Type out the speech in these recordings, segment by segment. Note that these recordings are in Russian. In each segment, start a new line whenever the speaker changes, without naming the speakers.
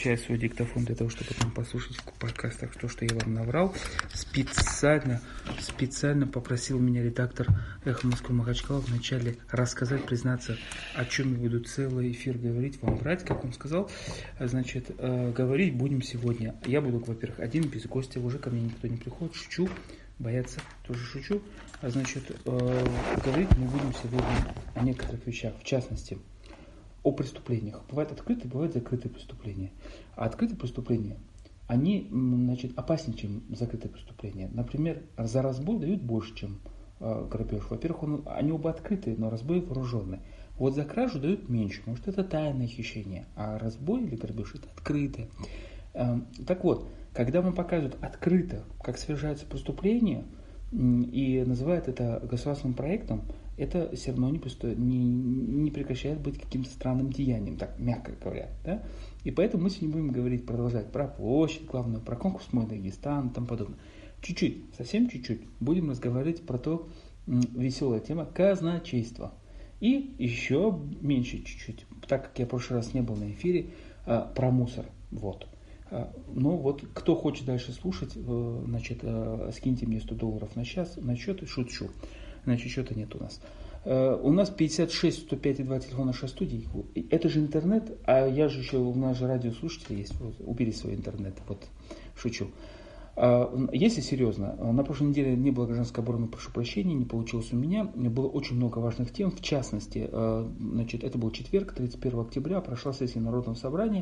включаю свой диктофон для того, чтобы потом послушать в подкастах то, что я вам наврал. Специально попросил меня редактор «Эхо Москвы» Махачкала вначале рассказать, признаться, о чем я буду целый эфир говорить, вам врать, как он сказал. Значит, говорить будем сегодня. Я буду, во-первых, один, без гостя, уже ко мне никто не приходит, шучу, боятся, тоже шучу. Значит, говорить мы будем сегодня о некоторых вещах, в частности, о преступлениях. Бывают открытые, бывают закрытые преступления. А открытые преступления, они, значит, опаснее, чем закрытые преступления. Например, за разбой дают больше, чем грабеж. Во-первых, они оба открытые, но разбой вооруженный. Вот за кражу дают меньше. Может, это тайное хищение, а разбой или грабеж это открытое. Так вот, когда вам показывают открыто, как совершаются преступления, и называют это государственным проектом, это все равно не прекращает быть каким-то странным деянием, так мягко говоря. Да? И поэтому мы сегодня будем продолжать про площадь главную, про конкурс «Мой Дагестан» и тому подобное. Чуть-чуть, совсем чуть-чуть будем разговаривать про то, веселая тема, казначейство. И еще меньше чуть-чуть, так как я в прошлый раз не был на эфире, про мусор. Вот. Ну вот, кто хочет дальше слушать, значит, скиньте мне $100 на час, на счет, шучу. Значит, счета нет у нас. У нас 56 105 2 телефона нашей студии. Это же интернет, а я же еще, у нас же радиослушатели есть. Вот, убери свой интернет, вот, шучу. Если серьезно, на прошлой неделе не было гражданской обороны, прошу прощения, не получилось у меня. Было очень много важных тем, в частности, значит, это был четверг, 31 октября, прошла сессия Народного собрания.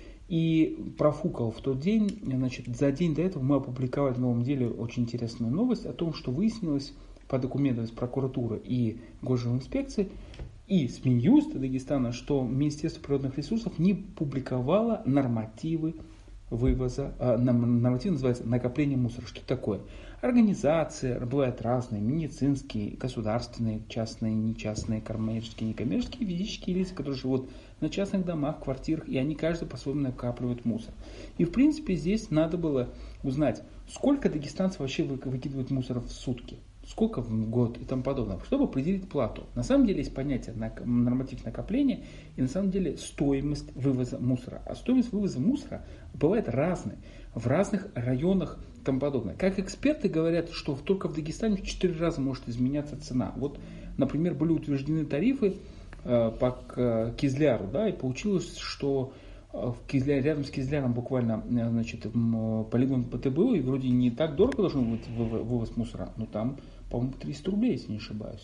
И профукал в тот день, значит, за день до этого мы опубликовали в новом деле очень интересную новость о том, что выяснилось по документам из прокуратуры и Госжилинспекции и с Минюста Дагестана, что Министерство природных ресурсов не публиковало нормативы вывоза, норматив называется накопление мусора. Что такое? Организации бывают разные, медицинские, государственные, частные, нечастные, коммерческие, некоммерческие, физические лица, которые живут на частных домах, квартирах, и они каждый по-своему накапливают мусор. И в принципе здесь надо было узнать, сколько дагестанцев вообще выкидывают мусора в сутки, сколько в год и тому подобное, чтобы определить плату. На самом деле есть понятие норматив накопления и на самом деле стоимость вывоза мусора. А стоимость вывоза мусора бывает разной, в разных районах и тому подобное. Как эксперты говорят, что только в Дагестане в 4 раза может изменяться цена. Вот, например, были утверждены тарифы по Кизляру, да, и получилось, что рядом с Кизляром буквально, значит, полигон ПТБУ, и вроде не так дорого должен быть вывоз мусора, но там, по-моему, 300 рублей, если не ошибаюсь.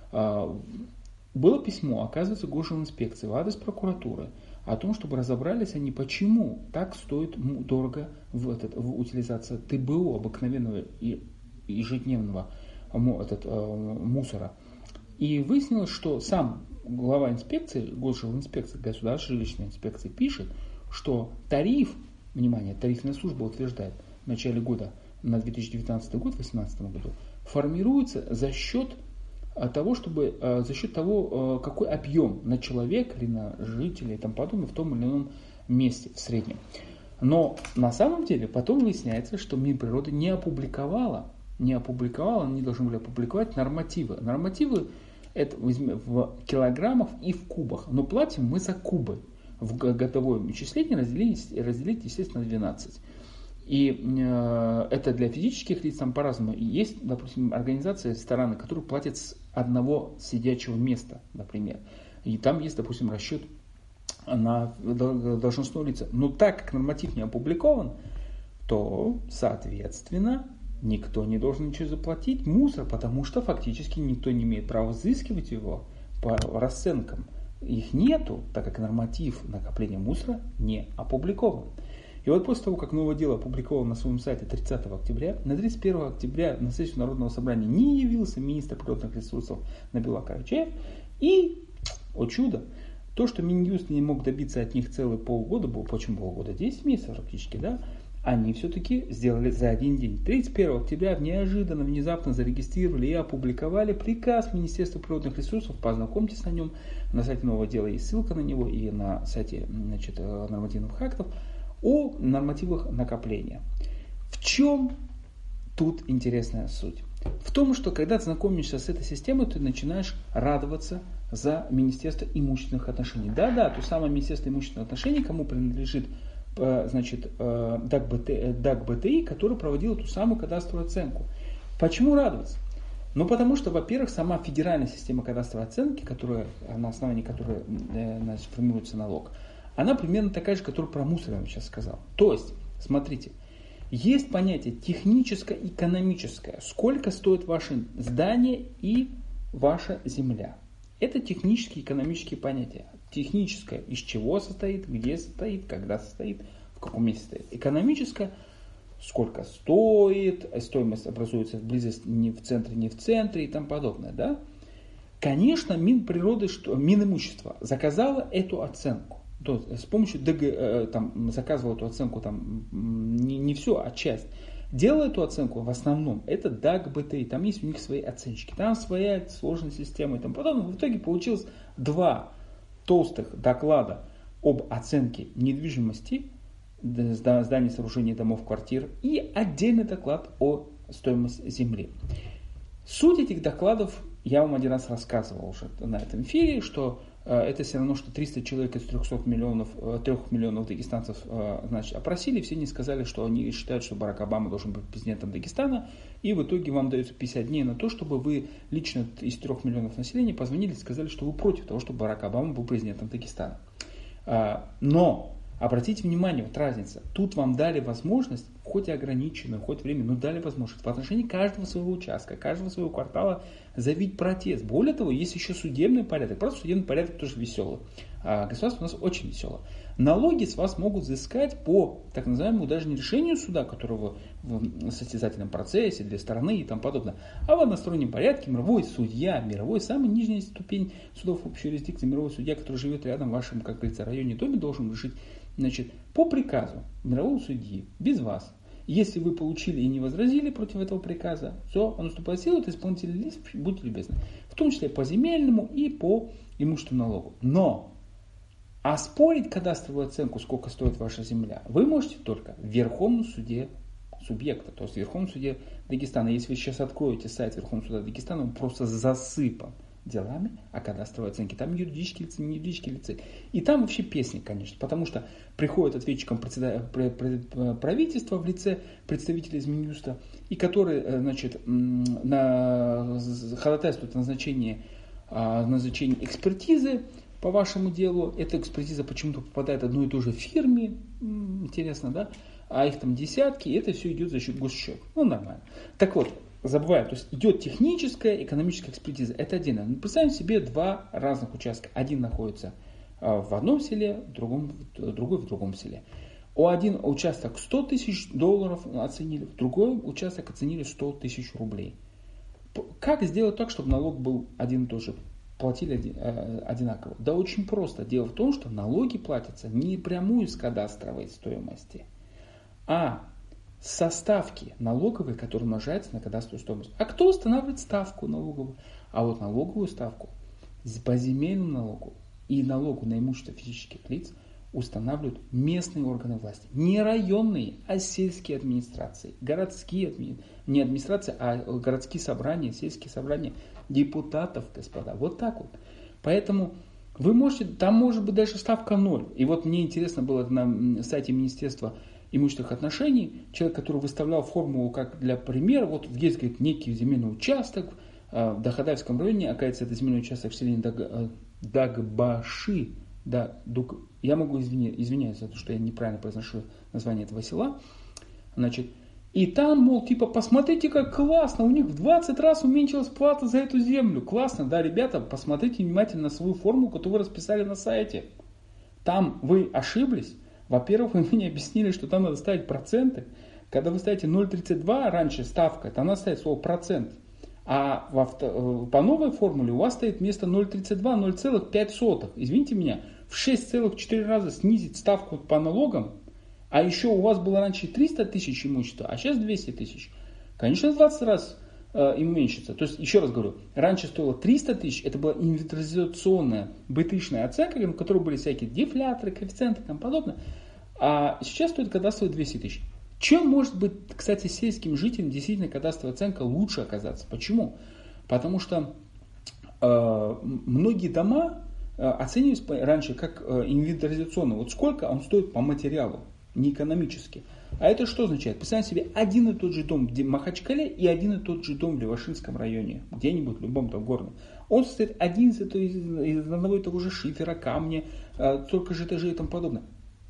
Было письмо, оказывается, Госжилинспекции в адрес прокуратуры о том, чтобы разобрались они, почему так стоит дорого в утилизация ТБО, обыкновенного и ежедневного мусора. И выяснилось, что сам глава инспекции, Госжилинспекции, государственной жилищной инспекции пишет, что тариф, внимание, тарифная служба утверждает в начале года на 2019 год, в 2018 году, формируется за счет того, какой объем на человека или на жителя и тому подобное в том или ином месте в среднем. Но на самом деле потом выясняется, что Минприроды не опубликовала, они должны были опубликовать нормативы. Нормативы это в килограммах и в кубах. Но платим мы за кубы. В годовое исчисление разделить, естественно, 12. И это для физических лиц там по-разному. И есть, допустим, организации, рестораны, которые платят с одного сидячего места, например. И там есть, допустим, расчет на должностное лицо. Но так как норматив не опубликован, то, соответственно, никто не должен ничего заплатить мусор, потому что фактически никто не имеет права взыскивать его по расценкам. Их нету, так как норматив накопления мусора не опубликован. И вот после того, как новое дело опубликовано на своем сайте 30 октября, на 31 октября на сессию Народного собрания не явился министр природных ресурсов Набилла Карачаев. И, о чудо, то, что Минюст не мог добиться от них целые полгода, было почему полгода, 10 месяцев практически, да, они все-таки сделали за один день. 31 октября неожиданно, внезапно зарегистрировали и опубликовали приказ Министерства природных ресурсов, познакомьтесь на нем, на сайте нового дела есть ссылка на него и на сайте, значит, нормативных актов, о нормативах накопления. В чем тут интересная суть? В том, что когда ты знакомишься с этой системой, ты начинаешь радоваться за Министерство имущественных отношений. Да-да, то самое Министерство имущественных отношений, кому принадлежит БТИ, который проводил эту самую кадастровую оценку. Почему радоваться? Ну, потому что, во-первых, сама федеральная система кадастровой оценки, на основании которой формируется налог, она примерно такая же, которую про мусор я вам сейчас сказал. То есть, смотрите, есть понятие техническое-экономическое. Сколько стоит ваше здание и ваша земля. Это технические, экономические понятия. Техническое, из чего состоит, где состоит, когда состоит, в каком месте стоит. Экономическое, сколько стоит, стоимость образуется в близости, не в центре и тому подобное. Да? Конечно, Минимущество заказало эту оценку. То есть с помощью заказывал эту оценку не все, а часть. Делал эту оценку в основном это БТИ. Там есть у них свои оценщики. Там своя сложная система и тому подобное. В итоге получилось 2 толстых доклада об оценке недвижимости, зданий, сооружений, домов, квартир и отдельный доклад о стоимости земли. Суть этих докладов я вам один раз рассказывал уже на этом эфире, что это все равно, что 300 человек из 3 миллионов дагестанцев опросили, все они сказали, что они считают, что Барак Обама должен быть президентом Дагестана, и в итоге вам дается 50 дней на то, чтобы вы лично из 3 миллионов населения позвонили и сказали, что вы против того, чтобы Барак Обама был президентом Дагестана. Но обратите внимание, вот разница, тут вам дали возможность, хоть и ограниченную, хоть время, но дали возможность в отношении каждого своего участка, каждого своего квартала заявить протест. Более того, есть еще судебный порядок. Просто судебный порядок тоже веселый. Государство у нас очень веселое. Налоги с вас могут взыскать по так называемому даже не решению суда, которого в состязательном процессе для стороны и тому подобное, а в одностороннем порядке мировой судья, самая нижняя ступень судов общей юрисдикции, мировой судья, который живет рядом в вашем, как говорится, районе, доме, должен решить, по приказу мирового судьи, без вас. Если вы получили и не возразили против этого приказа, все, он вступает в силу, это исполнительный лист, будьте любезны. В том числе по земельному и по имущественному налогу. Но оспорить кадастровую оценку, сколько стоит ваша земля, вы можете только в Верховном суде субъекта, то есть в Верховном суде Дагестана. Если вы сейчас откроете сайт Верховного суда Дагестана, он просто засыпан делами о кадастровой оценке. Там юридические лица, не юридические лица. И там вообще песни, конечно. Потому что приходит ответчиком правительства в лице представителей из Минюста, и которые ходатайствуют о назначении экспертизы по вашему делу. Эта экспертиза почему-то попадает одной и той же фирме. Интересно, да? А их там десятки, и это все идет за счет госсчета. Ну, нормально. Так вот, забываем, то есть идет техническая, экономическая экспертиза. Это отдельно. Представим себе 2 разных участка. Один находится в одном селе, другой в другом селе. Один участок $100 тысяч оценили, другой участок оценили 100 тысяч рублей. Как сделать так, чтобы налог был один и тот же? Платили одинаково? Да очень просто. Дело в том, что налоги платятся не прямую с кадастровой стоимости, а со ставки налоговой, которая умножается на кадастровую стоимость. А кто устанавливает ставку налоговую? А вот налоговую ставку по земельному налогу и налогу на имущество физических лиц устанавливают местные органы власти. Не районные, а сельские администрации. Городские, не администрации, а городские собрания, сельские собрания депутатов, господа. Вот так вот. Поэтому вы можете, там может быть даже ставка 0. И вот мне интересно было на сайте Министерства имущественных отношений, человек, который выставлял формулу как для примера, вот есть, говорит, некий земельный участок в Дахадаевском районе, оказывается, это земельный участок в селе Дагбаши, я могу извиняюсь за то, что я неправильно произношу название этого села, и там, мол, посмотрите, как классно, у них в 20 раз уменьшилась плата за эту землю, классно, да, ребята, посмотрите внимательно на свою формулу, которую вы расписали на сайте, там вы ошиблись. Во-первых, вы мне объяснили, что там надо ставить проценты. Когда вы ставите 0,32, раньше ставка, там надо ставить слово процент. А по новой формуле у вас стоит вместо 0,32 0,5. Извините меня, в 6,4 раза снизить ставку по налогам, а еще у вас было раньше 300 тысяч имущества, а сейчас 200 тысяч. Конечно, в 20 раз им уменьшится. То есть, еще раз говорю, раньше стоило 300 тысяч, это была инвентаризационная БТИшная оценка, в которой были всякие дефляторы, коэффициенты и тому подобное. А сейчас стоит кадастровая 200 тысяч. Чем может быть, кстати, сельским жителям действительно кадастровая оценка лучше оказаться? Почему? Потому что многие дома оценивались раньше как инвентаризационные. Вот сколько он стоит по материалу. не экономически. А это что означает? Представьте себе один и тот же дом в Махачкале и один и тот же дом в Левашинском районе, где-нибудь в любом там городе. Он состоит из одного и того же шифера, камня, столько же этажей и тому подобное.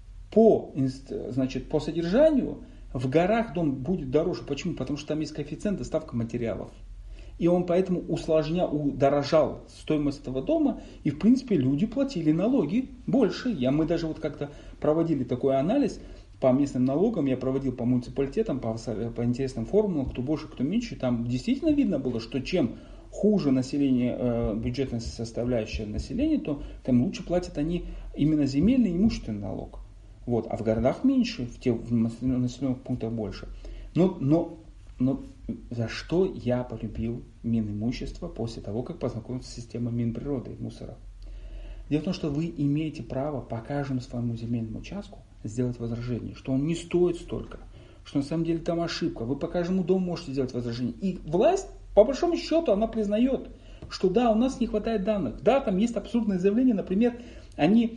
По содержанию в горах дом будет дороже. Почему? Потому что там есть коэффициент доставки материалов. И он поэтому удорожал стоимость этого дома. И в принципе люди платили налоги больше. Мы даже вот как-то проводили такой анализ по местным налогам. Я проводил по муниципалитетам, по интересным формулам, кто больше, кто меньше. Там действительно видно было, что чем хуже население, бюджетная составляющая населения, то тем лучше платят они именно земельный и имущественный налог. Вот. А в городах меньше, в населенных пунктах больше. Но за что я полюбил Минимущество после того, как познакомился с системой Минприроды и мусора? Дело в том, что вы имеете право по каждому своему земельному участку сделать возражение, что он не стоит столько, что на самом деле там ошибка. Вы по каждому дому можете сделать возражение. И власть, по большому счету, она признает, что да, у нас не хватает данных. Да, там есть абсурдное заявление, например, они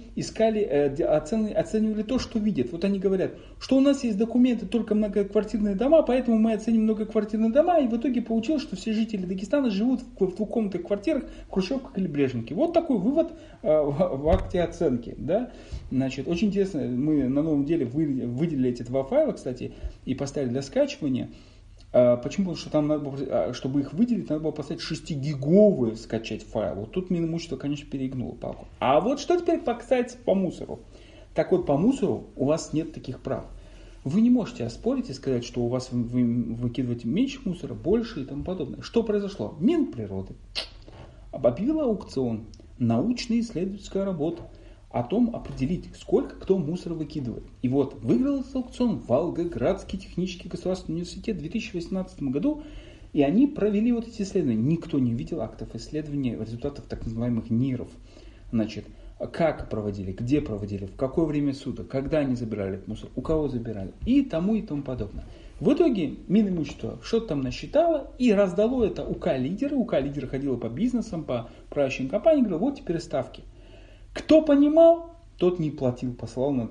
оценивали то, что видят. Вот они говорят, что у нас есть документы только многоквартирные дома, поэтому мы оценим многоквартирные дома, и в итоге получилось, что все жители Дагестана живут в двухкомнатных квартирах, в хрущевках или брежнике. Вот такой вывод в акте оценки. Да? Значит, очень интересно, мы на новом деле выделили эти два файла, кстати, и поставили для скачивания. Почему? Потому что там надо было, чтобы их выделить, надо было поставить 6-гиговый скачать файл. Вот тут Минимущество, конечно, перегнуло палку. А вот что теперь, кстати, по мусору? Так вот, по мусору у вас нет таких прав. Вы не можете оспорить и сказать, что у вас вы выкидываете меньше мусора, больше и тому подобное. Что произошло? Минприроды объявила аукцион, научно-исследовательская работа о том определить, сколько кто мусора выкидывает. И вот выиграл этот аукцион Волгоградский технический государственный университет в 2018 году. И они провели вот эти исследования. Никто не видел актов исследования результатов так называемых НИРов. Значит, как проводили, где проводили, в какое время суток, когда они забирали этот мусор, у кого забирали и тому подобное. В итоге Минимущество что-то там насчитало и раздало это УК-лидеры. УК-лидеры ходила по бизнесам, по управляющим компаниям, говорила, вот теперь ставки. Кто понимал, тот не платил, посылал на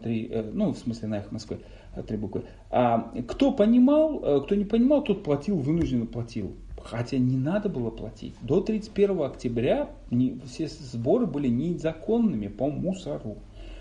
на Эхо Москвы 3 буквы. А кто понимал, кто не понимал, тот платил, вынужденно платил. Хотя не надо было платить. До 31 октября все сборы были незаконными по мусору.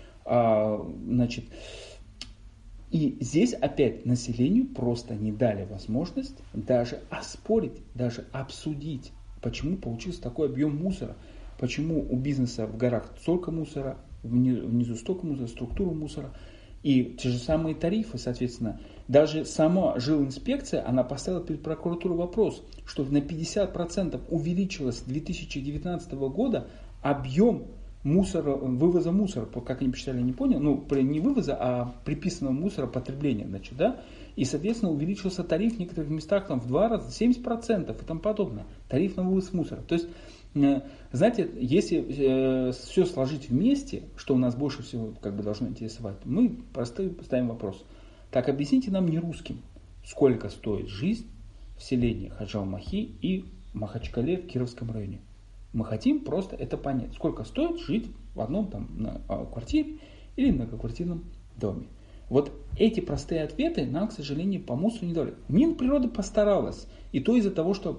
И здесь опять населению просто не дали возможность даже оспорить, даже обсудить, почему получился такой объем мусора. Почему у бизнеса в горах столько мусора, внизу столько мусора, структура мусора. И те же самые тарифы, соответственно. Даже сама жилинспекция, она поставила перед прокуратурой вопрос, что на 50% увеличилось с 2019 года объем мусора, вывоза мусора, как они посчитали, не понял, не вывоза, а приписанного мусора потребления, значит, да. И, соответственно, увеличился тариф в некоторых местах там в 2 раза, 70% и тому подобное. Тариф на вывоз мусора. То есть, знаете, если все сложить вместе, что у нас больше всего должно интересовать, мы просто ставим вопрос. Так, объясните нам не русским, сколько стоит жизнь в селении Хаджал-Махи и Махачкале в Кировском районе. Мы хотим просто это понять. Сколько стоит жить в одном квартире или многоквартирном доме. Вот эти простые ответы нам, к сожалению, по мусору не дали. Минприрода постаралась. И то из-за того, что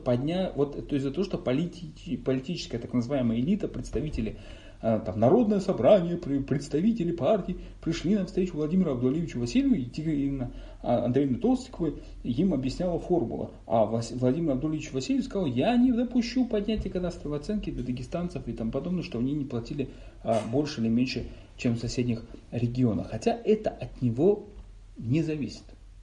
политическая так называемая элита, представители народное собрание, представители партий пришли на встречу Владимиру Абдулаевичу Васильеву и Екатерине Андреевне Толстиковой, им объясняла формула. А Владимир Абдулаевич Васильев сказал, я не допущу поднятия кадастровой оценки для дагестанцев и тому подобное, что они не платили больше или меньше, чем в соседних регионах. Хотя это от него не зависит.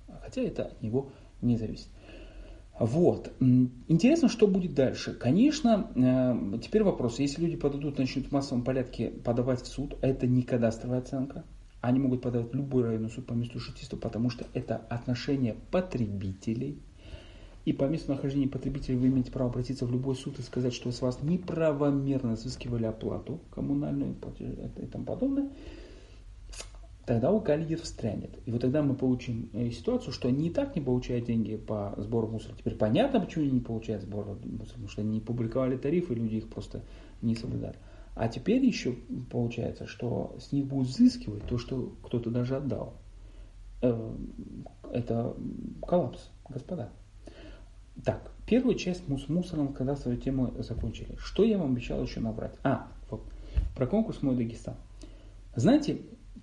Вот. Интересно, что будет дальше. Конечно, теперь вопрос. Если люди начнут в массовом порядке подавать в суд, это не кадастровая оценка. Они могут подавать в любой районный суд по месту жительства, потому что это отношение потребителей. И по месту нахождения потребителей вы имеете право обратиться в любой суд и сказать, что с вас неправомерно взыскивали оплату коммунальную и тому подобное. Тогда УК-лидер встрянет. И вот тогда мы получим ситуацию, что они и так не получают деньги по сбору мусора. Теперь понятно, почему они не получают сбор мусора, потому что они не публиковали тарифы, люди их просто не соблюдали. А теперь еще получается, что с них будут взыскивать то, что кто-то даже отдал. это коллапс, господа. Так, первую часть мы с мусором, когда свою тему закончили. Что я вам обещал еще набрать? Вот, про конкурс «Мой Дагестан». Знаете,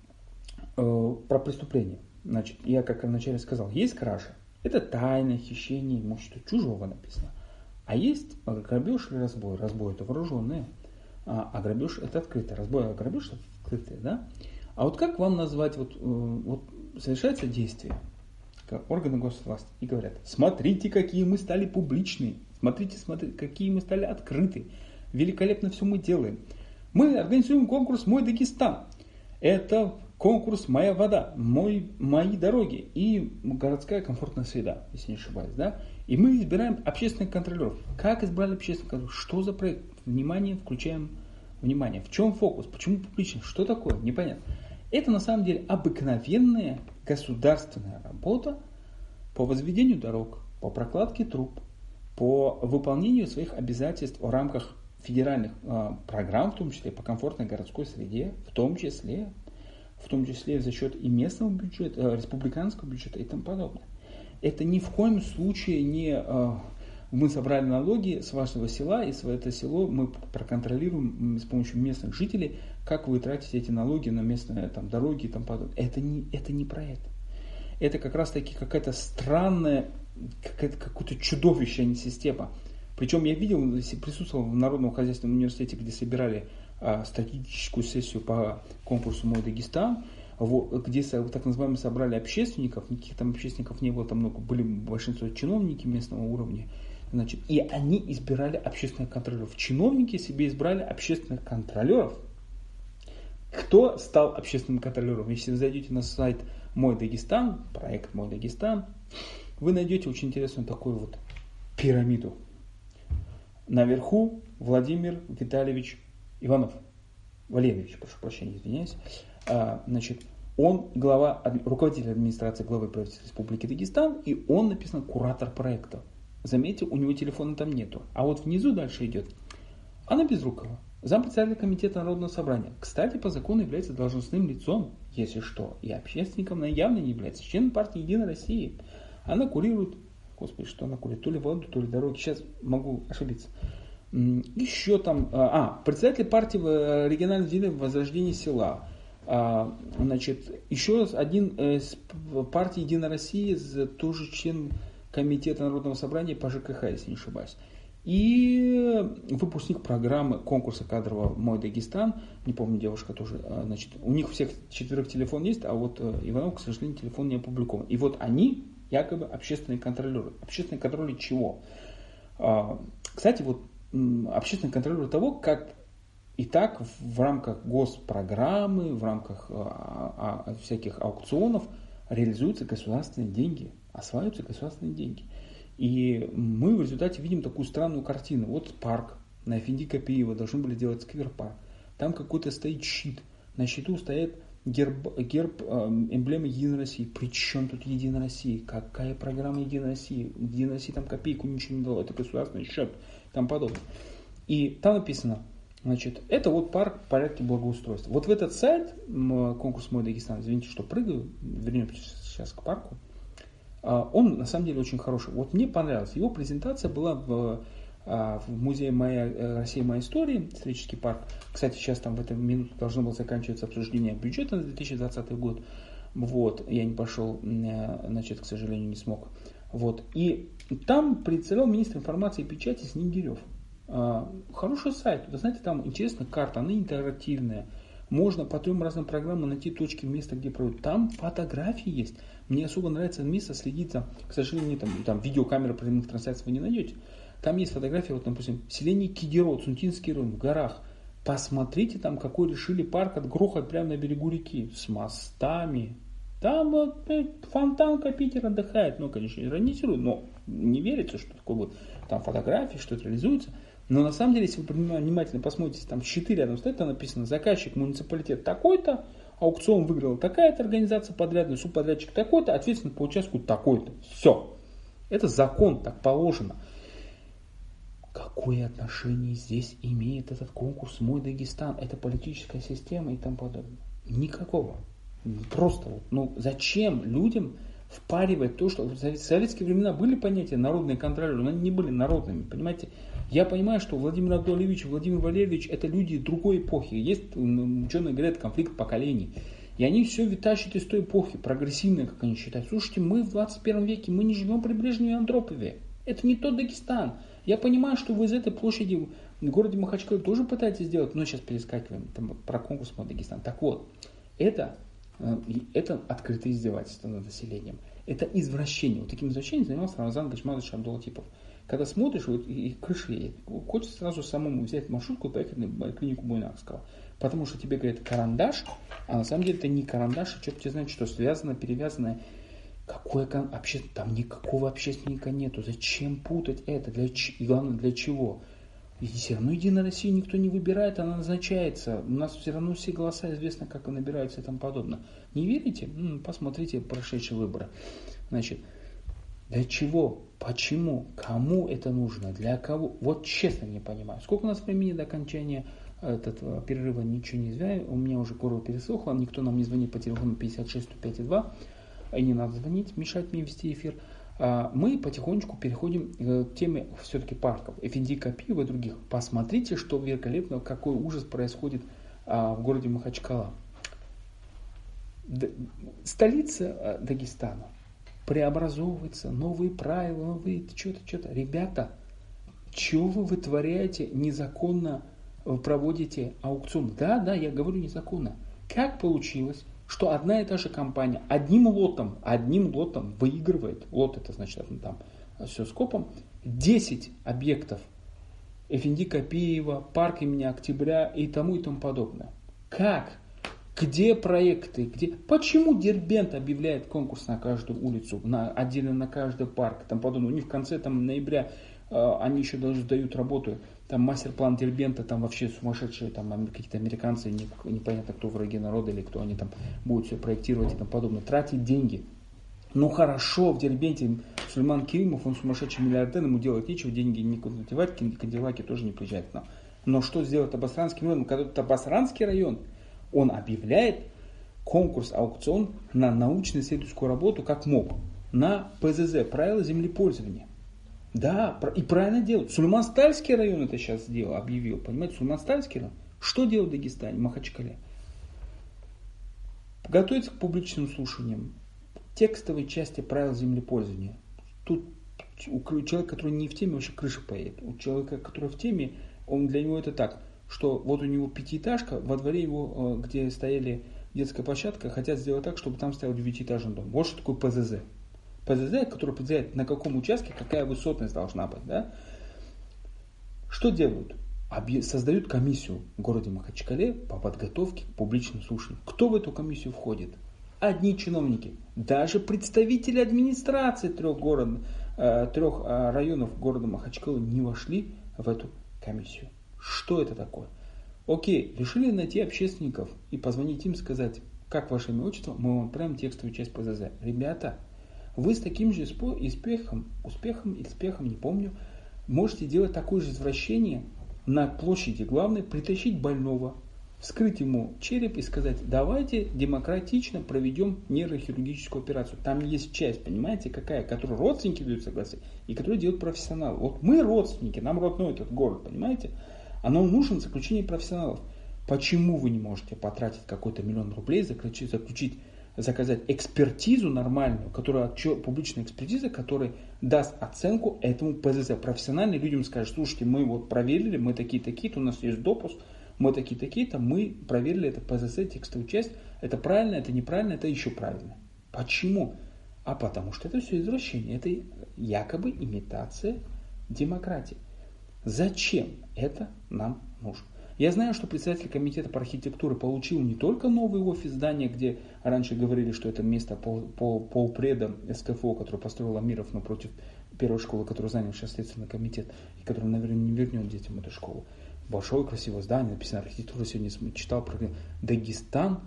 про преступление. Значит, я как вначале сказал, есть кража. Это тайное хищение имущества чужого написано. А есть грабеж или разбой. Разбой это вооруженное, а грабеж это открытое. Разбой, а грабеж это открытое, да? А вот как вам назвать, вот совершается действие, органы госвласти, и говорят, смотрите, какие мы стали публичные, смотрите, какие мы стали открыты, великолепно все мы делаем. Мы организуем конкурс «Мой Дагестан». Это конкурс «Моя вода», «Мои дороги» и городская комфортная среда, если не ошибаюсь, да? И мы избираем общественных контролеров. Как избрали общественных контролеров? Что за проект? Внимание, включаем внимание. В чем фокус? Почему публично? Что такое? Непонятно. Это на самом деле обыкновенная государственная работа по возведению дорог, по прокладке труб, по выполнению своих обязательств в рамках федеральных программ, в том числе по комфортной городской среде, в том числе за счет и местного бюджета, республиканского бюджета и тому подобное. Это ни в коем случае не мы собрали налоги с вашего села, и это село мы проконтролируем с помощью местных жителей, как вы тратите эти налоги на местные дороги и тому подобное. Это не про это. Это как раз таки какая-то странная, какое-то чудовище, а не система. Причем я видел, присутствовал в Народном хозяйственном университете, где собирали статистическую сессию по конкурсу «Мой Дагестан», где так называемые собрали общественников, никаких там общественников не было, там много, были большинство чиновники местного уровня, значит, и они избирали общественных контролеров. Чиновники себе избрали общественных контролеров. Кто стал общественным контролером? Если вы зайдете на сайт «Мой Дагестан», проект «Мой Дагестан», вы найдете очень интересную такую вот пирамиду. Наверху Владимир Витальевич Иванов. Валерьевич, прошу прощения, извиняюсь. Значит, он руководитель администрации главы правительства Республики Дагестан, и он написан куратор проекта. Заметьте, у него телефона там нету. А вот внизу дальше идет Анна Безрукова, зампредседателя комитета Народного собрания. Кстати, по закону является должностным лицом, если что, и общественником она явно не является, членом партии «Единая Россия». Она курирует, то ли воду, то ли дороги, сейчас могу ошибиться. Еще там, председатель партии регионального единого возрождения села. Значит, еще один из партии «Единая Россия», тоже член комитета Народного собрания по ЖКХ, если не ошибаюсь. И выпускник программы конкурса кадрового «Мой Дагестан», не помню, девушка тоже, значит, у них всех 4 телефон есть, а вот Иванов, к сожалению, телефон не опубликован. И вот они якобы общественные контролеры. Общественные контролеры чего? Кстати, вот общественные контролеры того, как и так в рамках госпрограммы, в рамках всяких аукционов реализуются государственные деньги, осваиваются государственные деньги. И мы в результате видим такую странную картину. Вот парк на Эфенди Копиева должны были делать сквер-парк. Там какой-то стоит щит. На щиту стоит герб, эмблема Единой России. Причем тут Единая Россия? Какая программа Единой России? Единая Россия там копейку ничего не дала. Это государственный счет. Там подобное. И там написано, значит, это вот парк в порядке благоустройства. Вот в этот сайт, конкурс «Мой Дагестан», извините, что прыгаю, вернемся сейчас к парку, он на самом деле очень хороший. Вот мне понравилось. Его презентация была в музее «Россия. Моя история», исторический парк. Кстати, сейчас там в эту минуту должно было заканчиваться обсуждение бюджета на 2020 год. Вот, я не пошел, значит, к сожалению, не смог. Вот, и там представлял министр информации и печати Снегирев. Хороший сайт. Вы знаете, там интересная карта, она интерактивная. Можно по 3 разным программам найти точки места, где проводят. Там фотографии есть. Мне особо нравится место следить там. К сожалению, там видеокамеры прямых трансляций вы не найдете. Там есть фотографии, вот, допустим, селение Кигерот, Сунтинский район, в горах. Посмотрите там, какой решили парк отгрохать прямо на берегу реки. С мостами. Там вот фонтанка Питер отдыхает. Ну, конечно, иронизирую, но не верится, что такое будет. Там фотографии, что это реализуется. Но на самом деле, если вы внимательно посмотрите, там щиты рядом стоят, там написано заказчик муниципалитет такой-то, аукцион выиграла такая-то организация подрядная, субподрядчик такой-то, ответственный по участку такой-то. Все. Это закон, так положено. Какое отношение здесь имеет этот конкурс «Мой Дагестан»? Это политическая система и тому подобное. Никакого. Просто вот, ну зачем людям впаривать то, что в советские времена были понятия народные контролеры, но они не были народными, понимаете? Я понимаю, что Владимир Абдулович и Владимир Валерьевич это люди другой эпохи. Есть, ученые говорят, конфликт поколений. И они все тащат из той эпохи, прогрессивные, как они считают. Слушайте, мы в 21 веке, мы не живем при Брежневе и Андропове. Это не тот Дагестан. Я понимаю, что вы из этой площади в городе Махачкале тоже пытаетесь сделать, но сейчас перескакиваем там, про конкурс «Мой Дагестан». Так вот, это открытое издевательство над населением. Это извращение. Вот таким извращением занимался Рамазан Гачмадович Абдулатипов. Когда смотришь, вот, и крыша едет, хочется сразу самому взять маршрутку и поехать на клинику Буйнакского. Потому что тебе говорят карандаш, а на самом деле это не карандаш, а черт тебе знает, что связано, перевязанное. Там никакого общественника нету. Зачем путать это? И главное, для чего? И все равно Единая Россия никто не выбирает, она назначается. У нас все равно все голоса известно, как и набираются и тому подобное. Не верите? Посмотрите прошедшие выборы. Значит, для чего? Почему? Кому это нужно? Для кого? Вот честно не понимаю. Сколько у нас времени до окончания перерыва, ничего не знаю. У меня уже горло пересохло. Никто нам не звонит по телефону 56 105 2. И не надо звонить, мешать мне вести эфир. Мы потихонечку переходим к теме все-таки парков. Эфенди Капиева и других. Посмотрите, что великолепно, какой ужас происходит в городе Махачкала. Столица Дагестана преобразовывается, новые правила, новые что-то. Ребята, что вы вытворяете незаконно, проводите аукцион? Да, я говорю незаконно. Как получилось, что одна и та же компания одним лотом выигрывает, лот это значит там все скопом, 10 объектов Эфенди Капиева, парк имени Октября и тому подобное. Как? Где проекты? Почему Дербент объявляет конкурс на каждую улицу, отдельно на каждый парк? Там подобное. У них в конце ноября они еще даже дают работу. Там мастер-план Дербента, там вообще сумасшедшие, там какие-то американцы, непонятно кто враги народа или кто они там будут все проектировать и тому подобное. Тратить деньги. Ну хорошо, в Дербенте Сулейман Керимов, он сумасшедший миллиардер, ему делать нечего, деньги никуда девать, Кадиллаки тоже не приезжают к нам. Но что сделать Табасранский район? Когда Табасранский район, он объявляет конкурс, аукцион на научно-исследовательскую работу как мог. На ПЗЗ, правила землепользования. Да, и правильно делают. Сулейман-Стальский район это сейчас сделал, объявил. Понимаете, Сулейман-Стальский район. Что делать в Дагестане, в Махачкале? Готовиться к публичным слушаниям. Текстовой части правил землепользования. Тут у человека, который не в теме, вообще крыша поедет. У человека, который в теме, для него это так, что вот у него пятиэтажка, во дворе его, где стояли детская площадка, хотят сделать так, чтобы там стоял 9-этажный дом. Вот что такое ПЗЗ. ПЗЗ, который определяет, на каком участке какая высотность должна быть. Да? Что делают? Создают комиссию в городе Махачкале по подготовке к публичным слушаниям. Кто в эту комиссию входит? Одни чиновники. Даже представители администрации трех районов города Махачкалы не вошли в эту комиссию. Что это такое? Окей, решили найти общественников и позвонить им, сказать, как ваше имя, отчество, мы вам отправим текстовую часть ПЗЗ. Ребята, вы с таким же успехом, не помню, можете делать такое же извращение на площади главной, притащить больного, вскрыть ему череп и сказать, давайте демократично проведем нейрохирургическую операцию. Там есть часть, понимаете, какая, которую родственники дают согласие и которую делают профессионалы. Вот мы родственники, нам родной этот город, понимаете? А нам нужно заключение профессионалов. Почему вы не можете потратить какой-то 1 000 000 рублей, заказать экспертизу нормальную, публичная экспертиза, которая даст оценку этому ПЗЗ. Профессиональные людям скажут, слушайте, мы вот проверили, мы такие-такие-то, у нас есть допуск, мы такие-такие-то, мы проверили это ПЗЗ, текстовую часть, это правильно, это неправильно, это еще правильно. Почему? А потому что это все извращение, это якобы имитация демократии. Зачем это нам нужно? Я знаю, что председатель комитета по архитектуре получил не только новый офис здания, где раньше говорили, что это место полпреда СКФО, который построил Амиров напротив первой школы, которую занял сейчас Следственный комитет, и который, наверное, не вернет детям эту школу. Большое красивое здание, написано архитектура, сегодня читал про Дагестан,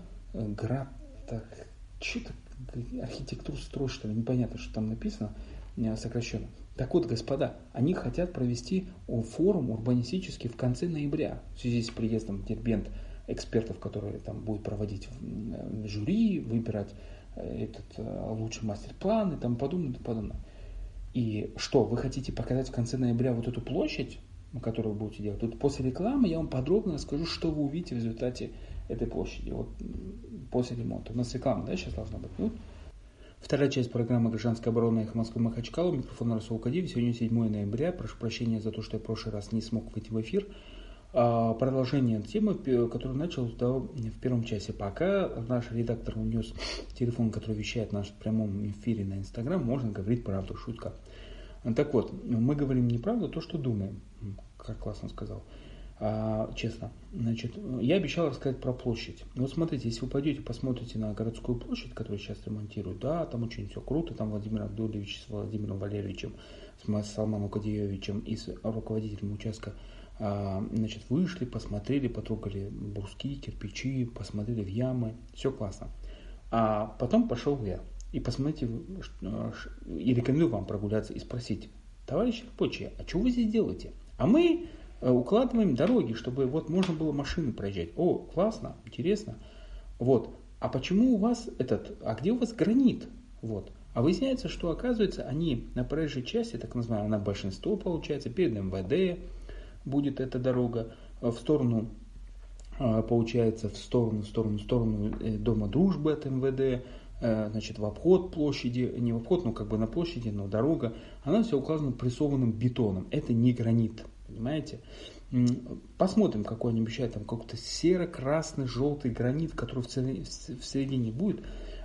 что-то архитектуру строить, что ли, непонятно, что там написано, сокращенно. Так вот, господа, они хотят провести форум урбанистический в конце ноября в связи с приездом в Дербент экспертов, которые там будут проводить жюри, выбирать лучший мастер-план и тому подобное. И что, вы хотите показать в конце ноября вот эту площадь, которую вы будете делать? Тут после рекламы я вам подробно расскажу, что вы увидите в результате этой площади, вот после ремонта. У нас реклама, да, сейчас должна быть? Ну, вторая часть программы «Гражданская оборона» «Эхо Москвы» Махачкала. Микрофон Расул Кадиев. Сегодня 7 ноября. Прошу прощения за то, что я в прошлый раз не смог выйти в эфир. Продолжение темы, которую начал в первом часе. Пока наш редактор унес телефон, который вещает в нашем прямом эфире на Инстаграм, можно говорить правду, шутка. Так вот, мы говорим неправду, то, что думаем. Как классно сказал. Честно. Значит, я обещал рассказать про площадь. Вот смотрите, если вы пойдете, посмотрите на городскую площадь, которую сейчас ремонтируют, да, там очень все круто, там Владимир Абдулевич с Владимиром Валерьевичем, с Салманом Кадиевичем и с руководителем участка, значит, вышли, посмотрели, потрогали бруски, кирпичи, посмотрели в ямы, все классно. А потом пошел я. И посмотрите, и рекомендую вам прогуляться и спросить: товарищи рабочие, а что вы здесь делаете? А мы укладываем дороги, чтобы вот можно было машины проезжать. О, классно, интересно. Вот. А почему у вас а где у вас гранит? Вот. А выясняется, что, оказывается, они на проезжей части, так называемое, на большинство получается, перед МВД будет эта дорога, в сторону, получается, в сторону Дома Дружбы от МВД, значит, в обход площади, не в обход, но как бы на площади, но дорога, она вся уклажена прессованным бетоном. Это не гранит, понимаете? Посмотрим, какой они обещают, там какой-то серо-красный, желтый гранит, который в середине будет.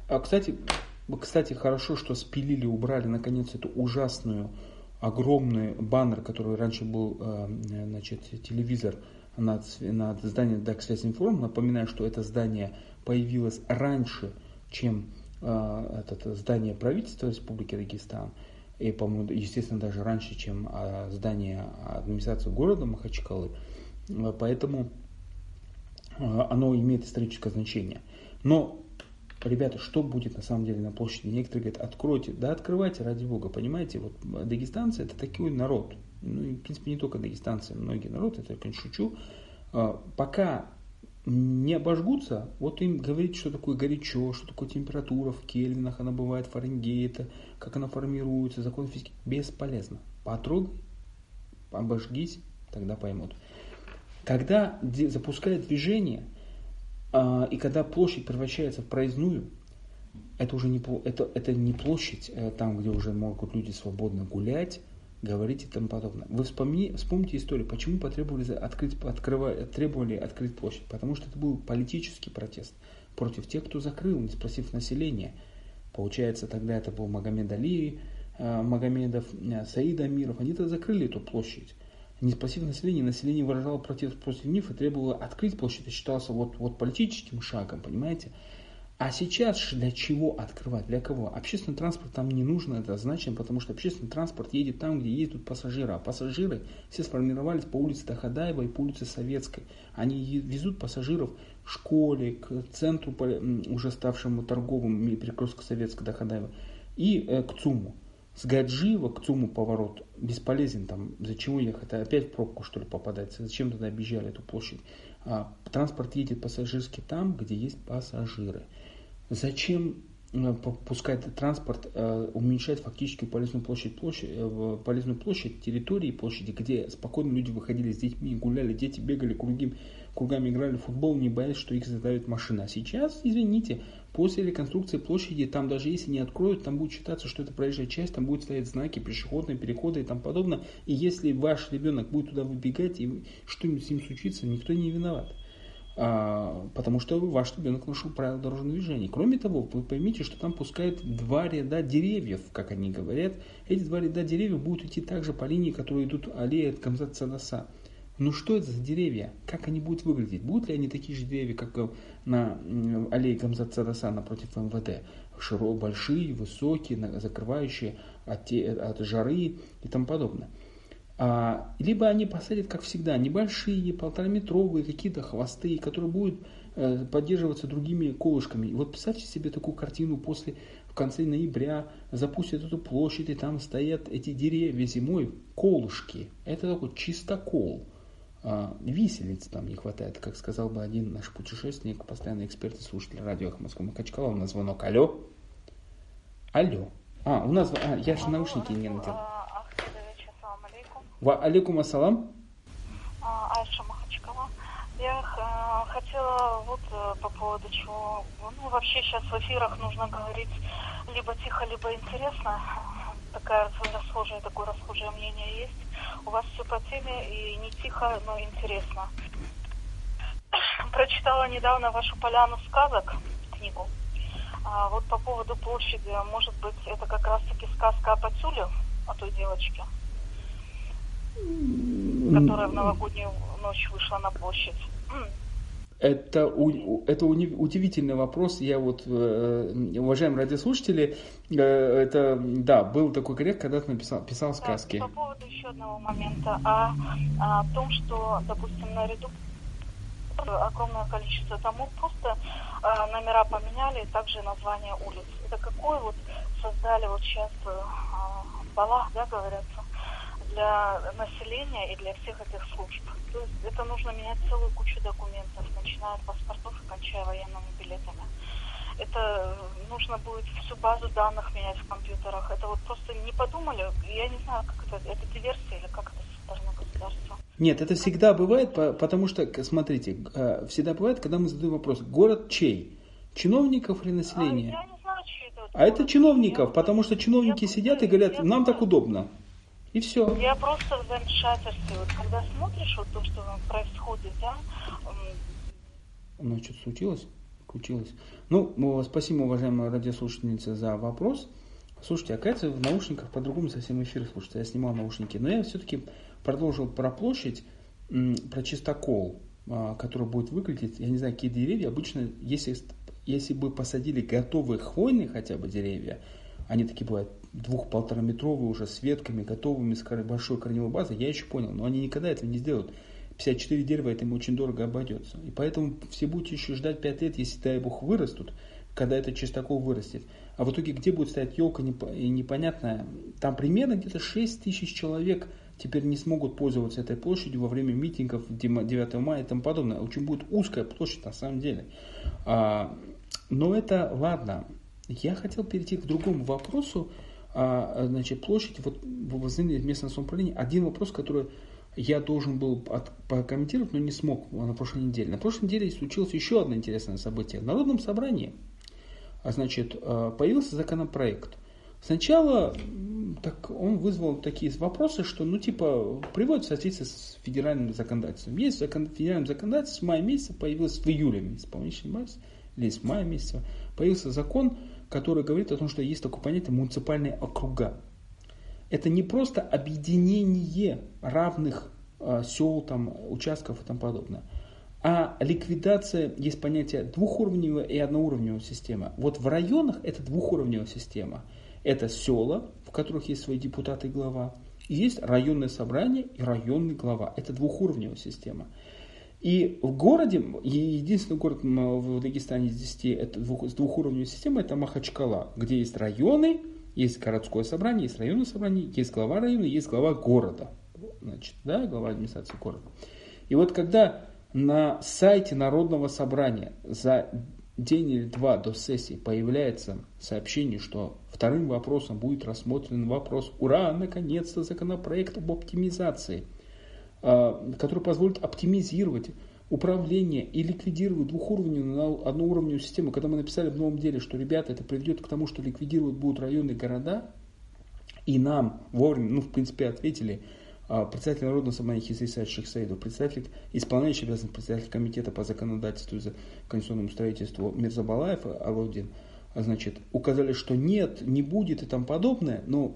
Кстати, хорошо, что спилили, убрали наконец эту ужасную, огромный баннер, который раньше был, значит, телевизор над зданием Даксвязинформ. Напоминаю, что это здание появилось раньше, чем это здание правительства Республики Дагестан. И, по-моему, естественно, даже раньше, чем здание администрации города Махачкалы. Поэтому оно имеет историческое значение. Но, ребята, что будет на самом деле на площади? Некоторые говорят: откройте. Да, открывайте, ради бога, понимаете? Вот дагестанцы — это такой народ. Ну, и, в принципе, не только дагестанцы, многие народы, это я, конечно, шучу. Пока не обожгутся, вот им говорить, что такое горячо, что такое температура в кельвинах, она бывает, Фаренгейта, как она формируется, закон физики, бесполезно. Потрогай, обожгись, тогда поймут. Когда запускает движение, и когда площадь превращается в проездную, это уже это не площадь, там, где уже могут люди свободно гулять, говорить и тому подобное. Вы вспомните историю, почему требовали открыть площадь. Потому что это был политический протест против тех, кто закрыл, не спросив населения. Получается, тогда это был Магомед Али, Магомедов, Саид Амиров. Они тогда закрыли эту площадь. Не спросив населения, население выражало протест против них и требовало открыть площадь. Это считался вот политическим шагом, понимаете? А сейчас для чего открывать? Для кого? Общественный транспорт там не нужно, это значимо, потому что общественный транспорт едет там, где едут пассажиры. А пассажиры все сформировались по улице Дахадаева и по улице Советской. Они везут пассажиров к школе, к центру, уже ставшему торговым, перекрестка Советской, Дахадаева, и к ЦУМу. С Гаджиева к ЦУМу поворот бесполезен, там, за чего ехать? Опять в пробку, что ли, попадается? Зачем тогда объезжали эту площадь? Транспорт едет пассажирский там, где есть пассажиры. Зачем пускать транспорт, уменьшать фактически полезную площадь территории площади, где спокойно люди выходили с детьми, гуляли, дети бегали кругами играли в футбол, не боясь, что их задавит машина. А сейчас, извините, после реконструкции площади, там даже если не откроют, там будет считаться, что это проезжая часть, там будут стоять знаки, пешеходные переходы и тому подобное. И если ваш ребенок будет туда выбегать и что-нибудь с ним случится, никто не виноват. Потому что ваш ребенок нарушил правила дорожного движения. Кроме того, вы поймите, что там пускают 2 ряда деревьев, как они говорят. Эти 2 ряда деревьев будут идти также по линии, которые идут аллея от Камзат-Садаса. Ну что это за деревья? Как они будут выглядеть? Будут ли они такие же деревья, как на аллее Камзат-Садаса напротив МВД? Большие, высокие, закрывающие от жары и тому подобное. Либо они посадят, как всегда, небольшие, 1,5-метровые какие-то хвосты, которые будут поддерживаться другими колышками. И вот представьте себе такую картину в конце ноября запустят эту площадь, и там стоят эти деревья зимой, колышки. Это такой чистокол. виселиц там не хватает, как сказал бы один наш путешественник, постоянный эксперт и слушатель радио «Эхо Москвы» Махачкала. У нас звонок. Алло. У нас... я же наушники не надел. Ва алейкум ассалам.
Айша Махачкала. Я хотела по поводу чего... вообще сейчас в эфирах нужно говорить либо тихо, либо интересно. Такое расхожее мнение есть. У вас все по теме и не тихо, но интересно. Прочитала недавно вашу «Поляну сказок», книгу. По поводу площади, может быть, это как раз-таки сказка о Патюле, о той девочке, которая в новогоднюю ночь вышла на площадь.
Это удивительный вопрос. Я уважаемые радиослушатели, был такой грех, когда-то писал сказки.
По поводу еще одного момента, о том, что, допустим, наряду огромное количество домов, просто номера поменяли, также название улиц. Это какой создали сейчас балах, говорится, для населения и для всех этих служб. То есть это нужно менять целую кучу документов, начиная от паспортов и кончая военными билетами. Это нужно будет всю базу данных менять в компьютерах. Это просто не подумали, я не знаю, как это диверсия или как это со стороны государства.
Нет, это всегда бывает, потому что, смотрите, всегда бывает, когда мы задаем вопрос, город чей? Чиновников или населения?
Я не знаю, чей это.
Это чиновников, потому что чиновники сидят и говорят, нам так удобно. И все.
Я просто в замешательстве. Когда смотришь то, что происходит,
что-то случилось? Спасибо, уважаемая радиослушательница, за вопрос. Слушайте, оказывается, в наушниках по-другому совсем эфир слушается. Я снимал наушники, но я все-таки продолжил про площадь, про чистокол, который будет выглядеть. Я не знаю, какие деревья. Обычно, если бы посадили готовые хвойные хотя бы деревья, они такие бывают 2-1,5 метровые уже с ветками, готовыми, с большой корневой базой, я еще понял, но они никогда этого не сделают. 54 дерева это им очень дорого обойдется. И поэтому все будете еще ждать 5 лет, если, дай бог, вырастут, когда этот чистокол вырастет. А в итоге, где будет стоять елка, непонятная. Там примерно где-то 6 тысяч человек теперь не смогут пользоваться этой площадью во время митингов 9 мая и тому подобное. Очень будет узкая площадь на самом деле. Но это ладно. Я хотел перейти к другому вопросу. Площадь, в местном самоуправлении. Один вопрос, который я должен был прокомментировать, но не смог на прошлой неделе. На прошлой неделе случилось еще одно интересное событие. В Народном собрании появился законопроект. Сначала он вызвал такие вопросы, что приводит в соответствие с федеральным законодательством. Есть федеральное законодательство, с мая месяца появилось, в июле месяце, или с мая месяца, появился закон, который говорит о том, что есть такое понятие муниципальные округа. Это не просто объединение равных сел, участков и тому подобное, а ликвидация, есть понятие двухуровневая и одноуровневая система. В районах это двухуровневая система. Это села, в которых есть свои депутаты и глава, и есть районное собрание и районный глава. Это двухуровневая система. И в городе, единственный город в Дагестане из 10 с двухуровневой системой, это Махачкала, где есть районы, есть городское собрание, есть районное собрание, есть глава района, есть глава города. Глава администрации города. И когда на сайте Народного собрания за день или два до сессии появляется сообщение, что вторым вопросом будет рассмотрен вопрос, ура, наконец-то законопроект об оптимизации, который позволит оптимизировать управление и ликвидировать двухуровневую на одноуровневую систему. Когда мы написали в новом деле, что, ребята, это приведет к тому, что ликвидировать будут районные города, и нам вовремя, ответили председатель Народного собрания Хизри Саид Шейх Саидов, исполняющий обязанности председатель комитета по законодательству и конституционному строительству Мирзабалаев Алаудин, указали, что нет, не будет и тому подобное, но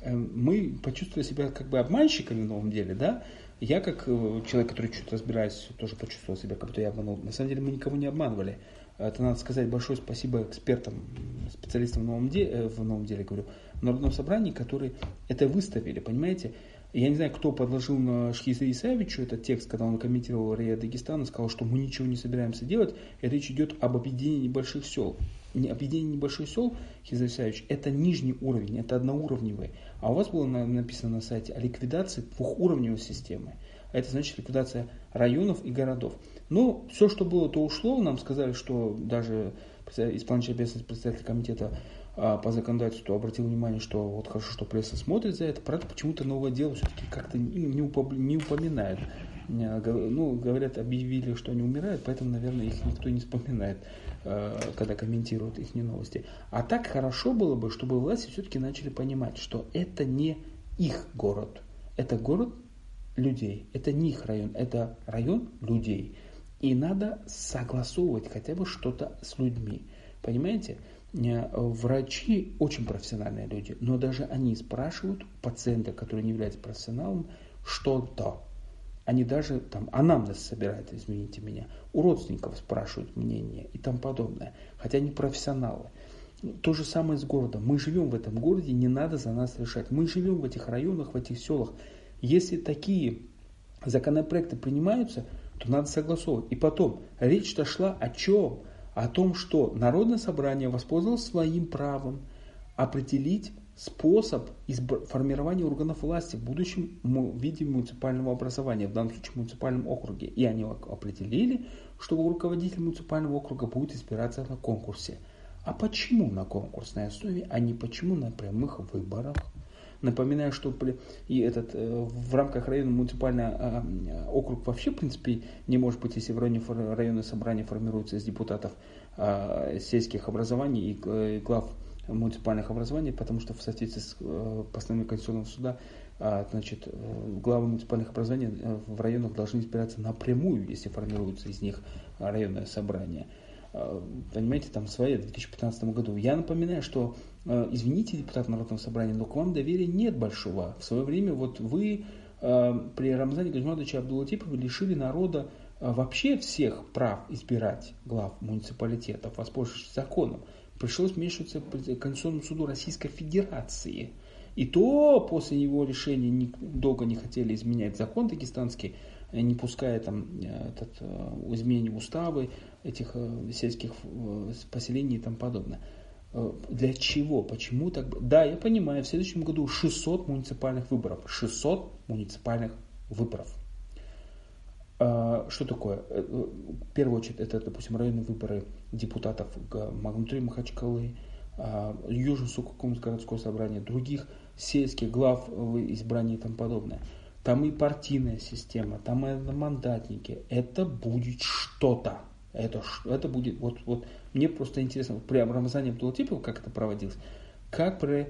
мы почувствовали себя обманщиками в новом деле, да? Я, как человек, который чуть разбираюсь, тоже почувствовал себя, как будто я обманул. На самом деле мы никого не обманывали. Это надо сказать большое спасибо экспертам, специалистам в новом деле, говорю, в Народном собрании, которые это выставили, понимаете? Я не знаю, кто подложил на Хизри Исаевичу этот текст, когда он комментировал РИА Дагестана, сказал, что мы ничего не собираемся делать, и речь идет об объединении небольших сел. Объединение небольших сел, Хизри Исаевич, это нижний уровень, это одноуровневый. А у вас было написано на сайте о ликвидации двухуровневой системы. это значит ликвидация районов и городов. Но все, что было, то ушло. Нам сказали, что даже исполняющий обязанности председателя комитета по законодательству обратил внимание, что вот хорошо, что пресса смотрит за это. Правда, почему-то новое дело все-таки как-то не упоминают. Ну, говорят, объявили, что они умирают, поэтому, наверное, их никто не вспоминает, когда комментируют их новости. А так хорошо было бы, чтобы власти все-таки начали понимать, что это не их город, это город людей, это не их район, это район людей. И надо согласовывать хотя бы что-то с людьми. Понимаете? Врачи очень профессиональные люди, но даже они спрашивают пациента, который не является профессионалом, что-то. Они даже там анамнез собирают, извините меня, у родственников спрашивают мнение и тому подобное, хотя они профессионалы. То же самое с городом. Мы живем в этом городе, не надо за нас решать. Мы живем в этих районах, в этих селах. Если такие законопроекты принимаются, то надо согласовывать. И потом, речь-то шла о чем? О том, что Народное собрание воспользовалось своим правом определить способ формирования органов власти в будущем виде муниципального образования, в данном случае в муниципальном округе. И они определили, что руководитель муниципального округа будет избираться на конкурсе. А почему на конкурсной основе, а не почему на прямых выборах? Напоминаю, что в рамках района муниципальный округ вообще, в принципе, не может быть, если в районе районное собрание формируется из депутатов сельских образований и глав муниципальных образований, потому что в соответствии с постановлением Конституционного суда, значит, главы муниципальных образований в районах должны избираться напрямую, если формируется из них районное собрание. Понимаете, там свои в 2015 году. Я напоминаю, что, извините, депутат Народного собрания, но к вам доверия нет большого. В свое время вот вы при Рамзане Гаджиматовиче Абдулатипове лишили народа вообще всех прав избирать глав муниципалитетов, воспользовавшись законом. Пришлось вмешиваться к Конституционному суду Российской Федерации. И то после его решения долго не хотели изменять закон дагестанский, не пуская там изменения уставы этих сельских поселений и тому подобное. Для чего? Почему так? Да, я понимаю, в следующем году 600 муниципальных выборов. 600 муниципальных выборов. Что такое? В первую очередь, это, допустим, районные выборы депутатов внутри Махачкалы, Южно-Сухокумское городское собрание, других сельских глав избраний и тому подобное. Там и партийная система, там и мандатники. Это будет что-то. Это будет, вот мне просто интересно, при Рамзане Абдулатипове, как это проводилось, как при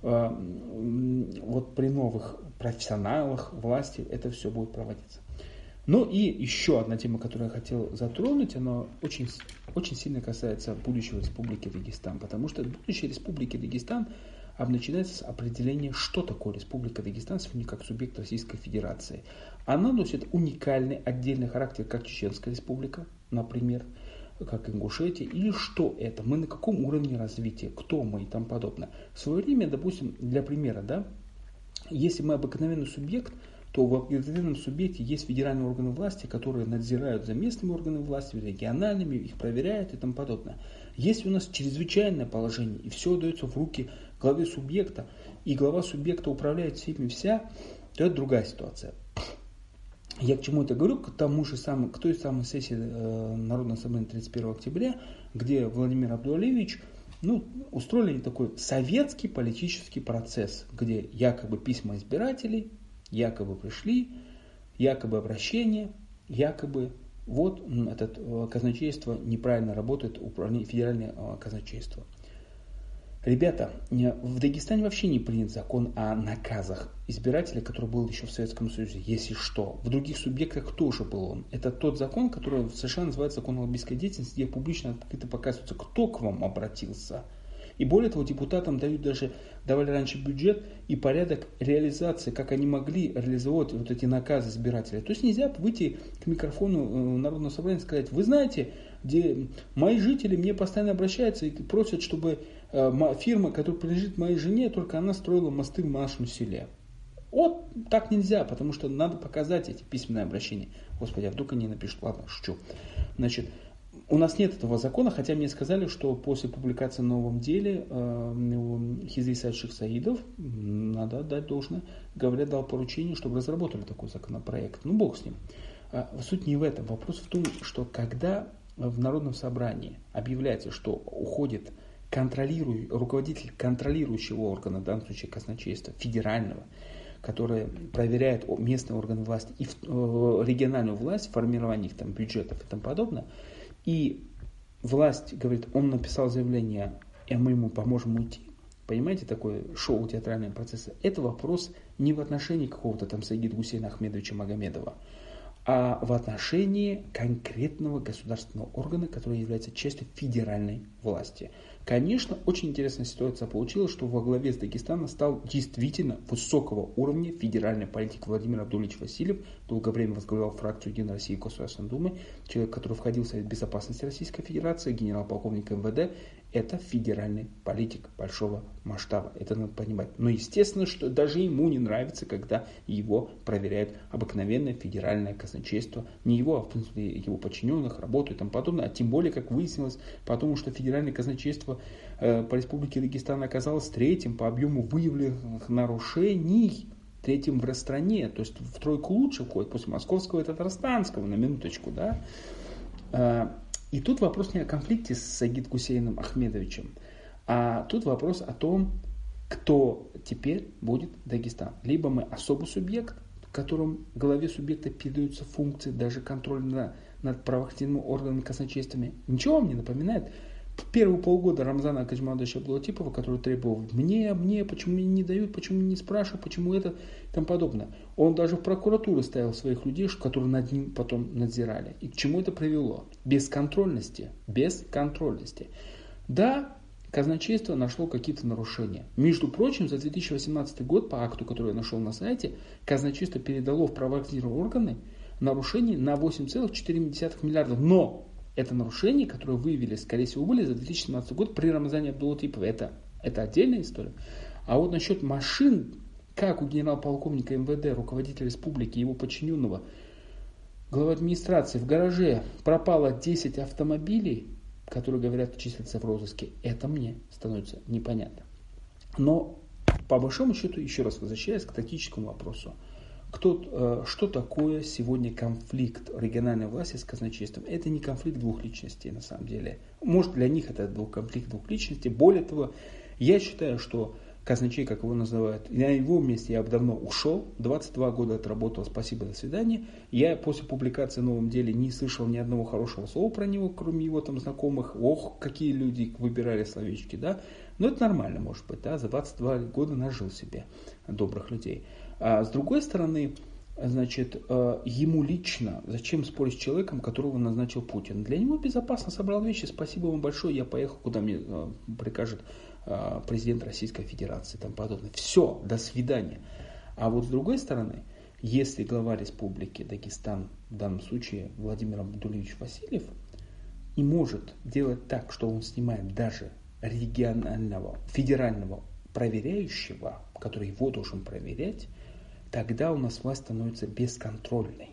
новых профессионалах власти это все будет проводиться. Ну и еще одна тема, которую я хотел затронуть, она очень, очень сильно касается будущего Республики Дагестан, потому что будущее Республики Дагестан начинается с определения, что такое Республика Дагестан сегодня как субъект Российской Федерации. Она носит уникальный отдельный характер, как Чеченская Республика, например, как Ингушетия, или что это, мы на каком уровне развития, кто мы и тому подобное. В свое время, допустим, для примера, да, если мы обыкновенный субъект, то в определенном субъекте есть федеральные органы власти, которые надзирают за местными органами власти, региональными, их проверяют и тому подобное. Если у нас чрезвычайное положение, и все отдается в руки главе субъекта, и глава субъекта управляет всеми вся, то это другая ситуация. Я к чему это говорю? К той самой сессии Народного собрания 31 октября, где Владимир Абдуалиевич устроили такой советский политический процесс, где якобы письма избирателей, якобы пришли, якобы обращение, якобы вот это казначейство неправильно работает, управление федеральное казначейство. Ребята, в Дагестане вообще не принят закон о наказах избирателей, который был еще в Советском Союзе, если что. В других субъектах тоже был он. Это тот закон, который в США называется закон о лоббистской деятельности, где публично открыто показывается, кто к вам обратился. И более того, депутатам давали раньше бюджет и порядок реализации, как они могли реализовать вот эти наказы избирателей. То есть нельзя выйти к микрофону Народного собрания и сказать: вы знаете, где мои жители мне постоянно обращаются и просят, чтобы фирма, которая принадлежит моей жене, только она строила мосты в нашем селе. Вот так нельзя, потому что надо показать эти письменные обращения. Господи, а вдруг они напишут? Ладно, шучу. Значит, У нас нет этого закона, хотя мне сказали, что после публикации в новом деле Хизри Саид Шейх Саидов, надо отдать должное, говорят, дал поручение, чтобы разработали такой законопроект. Ну, бог с ним. Суть не в этом. Вопрос в том, что когда в Народном собрании объявляется, что уходит руководитель контролирующего органа, в данном случае казначейства, федерального, которое проверяет местные органы власти и региональную власть в формировании их там, бюджетов и тому подобное, и власть говорит, он написал заявление, и мы ему поможем уйти. Понимаете, такое шоу театрального процесса. Это вопрос не в отношении какого-то там Саида Гусейна Ахмедовича Магомедова, а в отношении конкретного государственного органа, который является частью федеральной власти. Конечно, очень интересная ситуация получилась, что во главе с Дагестана стал действительно высокого уровня федеральный политик Владимир Абдулович Васильев, долгое время возглавлял фракцию Единой России Государственной Думы, человек, который входил в Совет Безопасности Российской Федерации, генерал-полковник МВД. Это федеральный политик большого масштаба, это надо понимать. Но естественно, что даже ему не нравится, когда его проверяет обыкновенное федеральное казначейство, не его, а в принципе его подчиненных, работу и тому подобное, а тем более, как выяснилось, потому что федеральное казначейство по Республике Дагестан оказалось третьим по объему выявленных нарушений, третьим в стране, то есть в тройку лучше входит после московского и татарстанского, на минуточку, да. И тут вопрос не о конфликте с Саид Гусейном Ахмедовичем, а тут вопрос о том, кто теперь будет Дагестан. Либо мы особый субъект, которым главе субъекта передаются функции, даже контроль над правоохранительными органами, казначействами. Ничего вам не напоминает? Первые полгода Рамзана Акаджимовича Абдулатипова, который требовал мне, почему мне не дают, почему мне не спрашивают, почему это и тому подобное. Он даже в прокуратуру ставил своих людей, которые над ним потом надзирали. И к чему это привело? Бесконтрольности. Да, казначейство нашло какие-то нарушения. Между прочим, за 2018 год, по акту, который я нашел на сайте, казначейство передало в правоохранительные органы нарушений на 8,4 миллиарда. Но это нарушения, которые выявили, скорее всего, были за 2017 год при Рамзане Абдулатипове. Это отдельная история. А вот насчет машин, как у генерал-полковника МВД, руководителя республики, его подчиненного, глава администрации в гараже пропало 10 автомобилей, которые, говорят, числятся в розыске, это мне становится непонятно. Но, по большому счету, еще раз возвращаясь к тактическому вопросу, что такое сегодня конфликт региональной власти с казначейством? Это не конфликт двух личностей, на самом деле. Может, для них это конфликт двух личностей. Более того, я считаю, что казначей, как его называют, на его месте я бы давно ушел. 22 года отработал, спасибо, до свидания. Я после публикации в новом деле не слышал ни одного хорошего слова про него, кроме его там знакомых. Ох, какие люди выбирали словечки, да. Но это нормально, может быть, да. За 22 года нажил себе добрых людей. А с другой стороны, значит, ему лично, зачем спорить с человеком, которого назначил Путин? Для него безопасно, собрал вещи, спасибо вам большое, я поехал, куда мне прикажет президент Российской Федерации и тому подобное. Все, до свидания. А вот с другой стороны, если глава республики Дагестан, в данном случае Владимир Абдулович Васильев, и может делать так, что он снимает даже регионального, федерального проверяющего, который его должен проверять, тогда у нас власть становится бесконтрольной.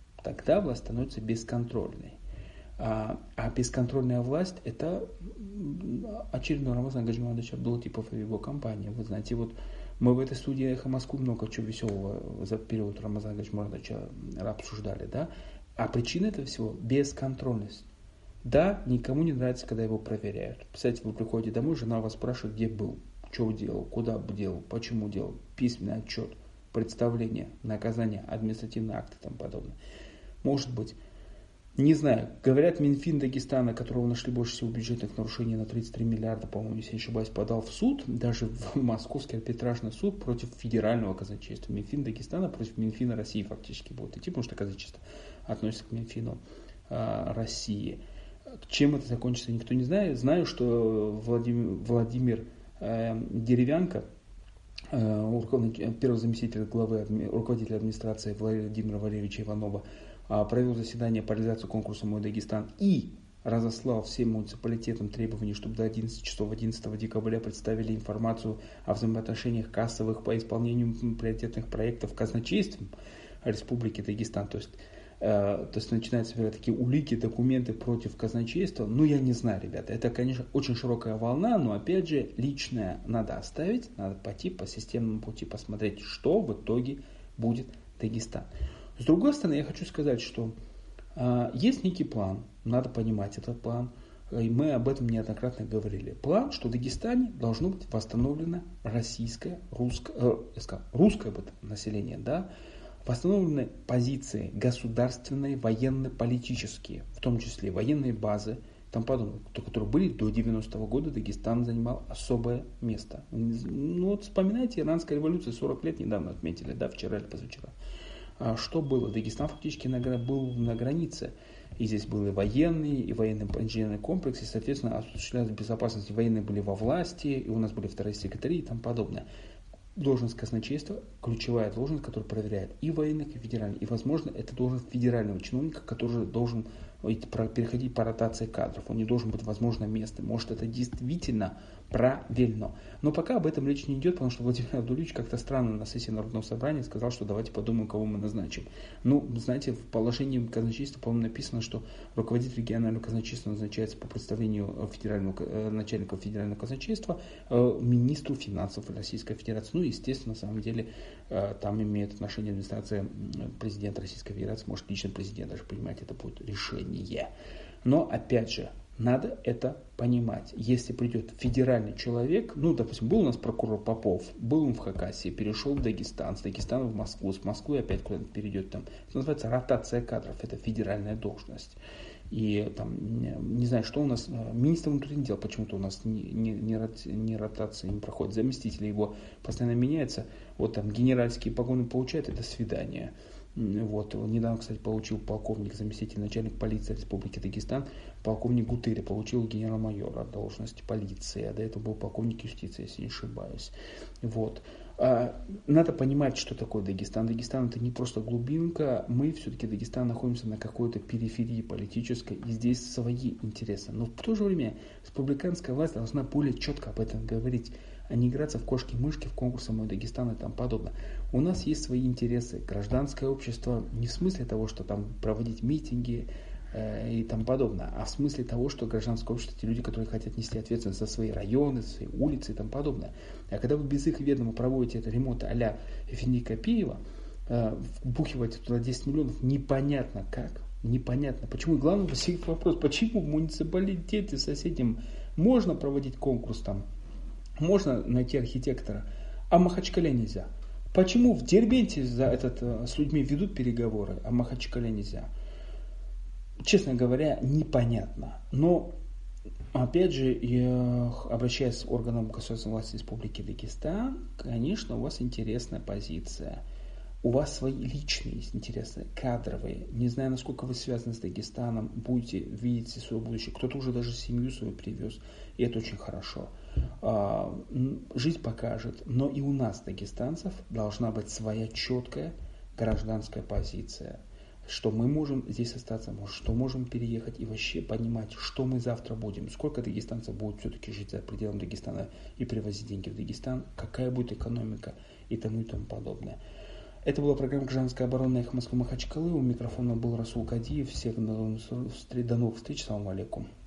А бесконтрольная власть – это очередной Рамзан Гаджимович Абдулатипов и его компания. Вы знаете, вот мы в этой студии «Эхо Москвы» много чего веселого за период Рамзана Гаджимовича обсуждали, да? А причина этого всего – бесконтрольность. Да, никому не нравится, когда его проверяют. Представляете, вы приходите домой, жена вас спрашивает, где был, что делал, куда делал, почему делал, письменный отчет, представление, наказание, административные акты и тому подобное. Может быть, не знаю, говорят, Минфин Дагестана, которого нашли больше всего бюджетных нарушений на 33 миллиарда, по-моему, если я не ошибаюсь, подал в суд, даже в Московский арбитражный суд против федерального казначейства. Минфин Дагестана против Минфина России фактически будет идти, потому что казначейство относится к Минфину России. Чем это закончится, никто не знает. Знаю, что Владимир Деревянко, первый заместитель главы, руководителя администрации Владимира Валерьевича Иванова, провел заседание по реализации конкурса «Мой Дагестан» и разослал всем муниципалитетам требования, чтобы до 11 часов 11 декабря представили информацию о взаимоотношениях кассовых по исполнению приоритетных проектов казначейством Республики Дагестан. То есть то есть начинаются такие улики, документы против казначейства. Ну, я не знаю, ребята, это, конечно, очень широкая волна, но, опять же, личное надо оставить, надо пойти по системному пути, посмотреть, что в итоге будет Дагестан. С другой стороны, я хочу сказать, что есть некий план, надо понимать этот план, и мы об этом неоднократно говорили. План, что в Дагестане должно быть восстановлено русское население, да, восстановлены позиции государственные, военно-политические, в том числе военные базы, там подобное, которые были до 90-го года, Дагестан занимал особое место. Ну вот вспоминайте, Иранская революция, 40 лет недавно отметили, да, вчера или позавчера. Что было? Дагестан фактически был на границе. И здесь был и военный, и военно-инженерный комплекс, и, соответственно, осуществлялась безопасность. И военные были во власти, и у нас были вторые секретари и тому подобное. Должность казначейства – ключевая должность, которая проверяет и военных, и федеральных. И, возможно, это должность федерального чиновника, который должен переходить по ротации кадров. Он не должен быть, возможно, местным. Может, это действительно правильно. Но пока об этом речь не идет, потому что Владимир Абдуллович как-то странно на сессии Народного собрания сказал, что давайте подумаем, кого мы назначим. Ну, знаете, в положении казначейства, по-моему, написано, что руководитель регионального казначейства назначается по представлению начальника федерального казначейства министру финансов Российской Федерации. Ну, естественно, на самом деле, там имеет отношение администрация президента Российской Федерации, может, лично президент, даже понимаете, это будет решение. Но, опять же, надо это понимать. Если придет федеральный человек, ну, допустим, был у нас прокурор Попов, был он в Хакасии, перешел в Дагестан, с Дагестана в Москву, с Москвы опять куда-то перейдет там. Это называется ротация кадров, это федеральная должность. И там, не знаю, что у нас, министр внутренних дел почему-то у нас не ротация не проходит, заместители его постоянно меняются, вот там генеральские погоны получают, это свидание. Вот, недавно, кстати, получил полковник, заместитель начальник полиции Республики Дагестан, полковник Гутыри получил генерал-майора должность полиции, а до этого был полковник юстиции, если не ошибаюсь. Вот. Надо понимать, что такое Дагестан. Дагестан это не просто глубинка, мы все-таки Дагестан находимся на какой-то периферии политической, и здесь свои интересы. Но в то же время республиканская власть должна более четко об этом говорить, а не играться в кошки-мышки, в конкурсы «Мой Дагестан» и тому подобное. У нас есть свои интересы. Гражданское общество не в смысле того, что там проводить митинги и тому подобное, а в смысле того, что гражданское общество, те люди, которые хотят нести ответственность за свои районы, за свои улицы и тому подобное. А когда вы без их ведома проводите это ремонт а-ля Эфенди Копиева, вбухиваете туда 10 миллионов, непонятно как. Непонятно. Почему? Главный вопрос, почему в муниципалитете соседним можно проводить конкурс там, можно найти архитектора, а в Махачкале нельзя? Почему в Дербенте с людьми ведут переговоры, а в Махачкале нельзя? Честно говоря, непонятно. Но, опять же, обращаясь к органам государственной власти Республики Дагестан, конечно, у вас интересная позиция. У вас свои личные есть интересные, кадровые. Не знаю, насколько вы связаны с Дагестаном, видите свое будущее. Кто-то уже даже семью свою привез, и это очень хорошо. Жизнь покажет, но и у нас, дагестанцев, должна быть своя четкая гражданская позиция. Что мы можем здесь остаться, что можем переехать и вообще понимать, что мы завтра будем. Сколько дагестанцев будет все-таки жить за пределами Дагестана и привозить деньги в Дагестан, какая будет экономика и тому подобное. Это была программа «Гражданская оборона» Эхо Москвы Махачкалы. У микрофона был Расул Кадиев. Всех до новых встреч. Салам алейкум.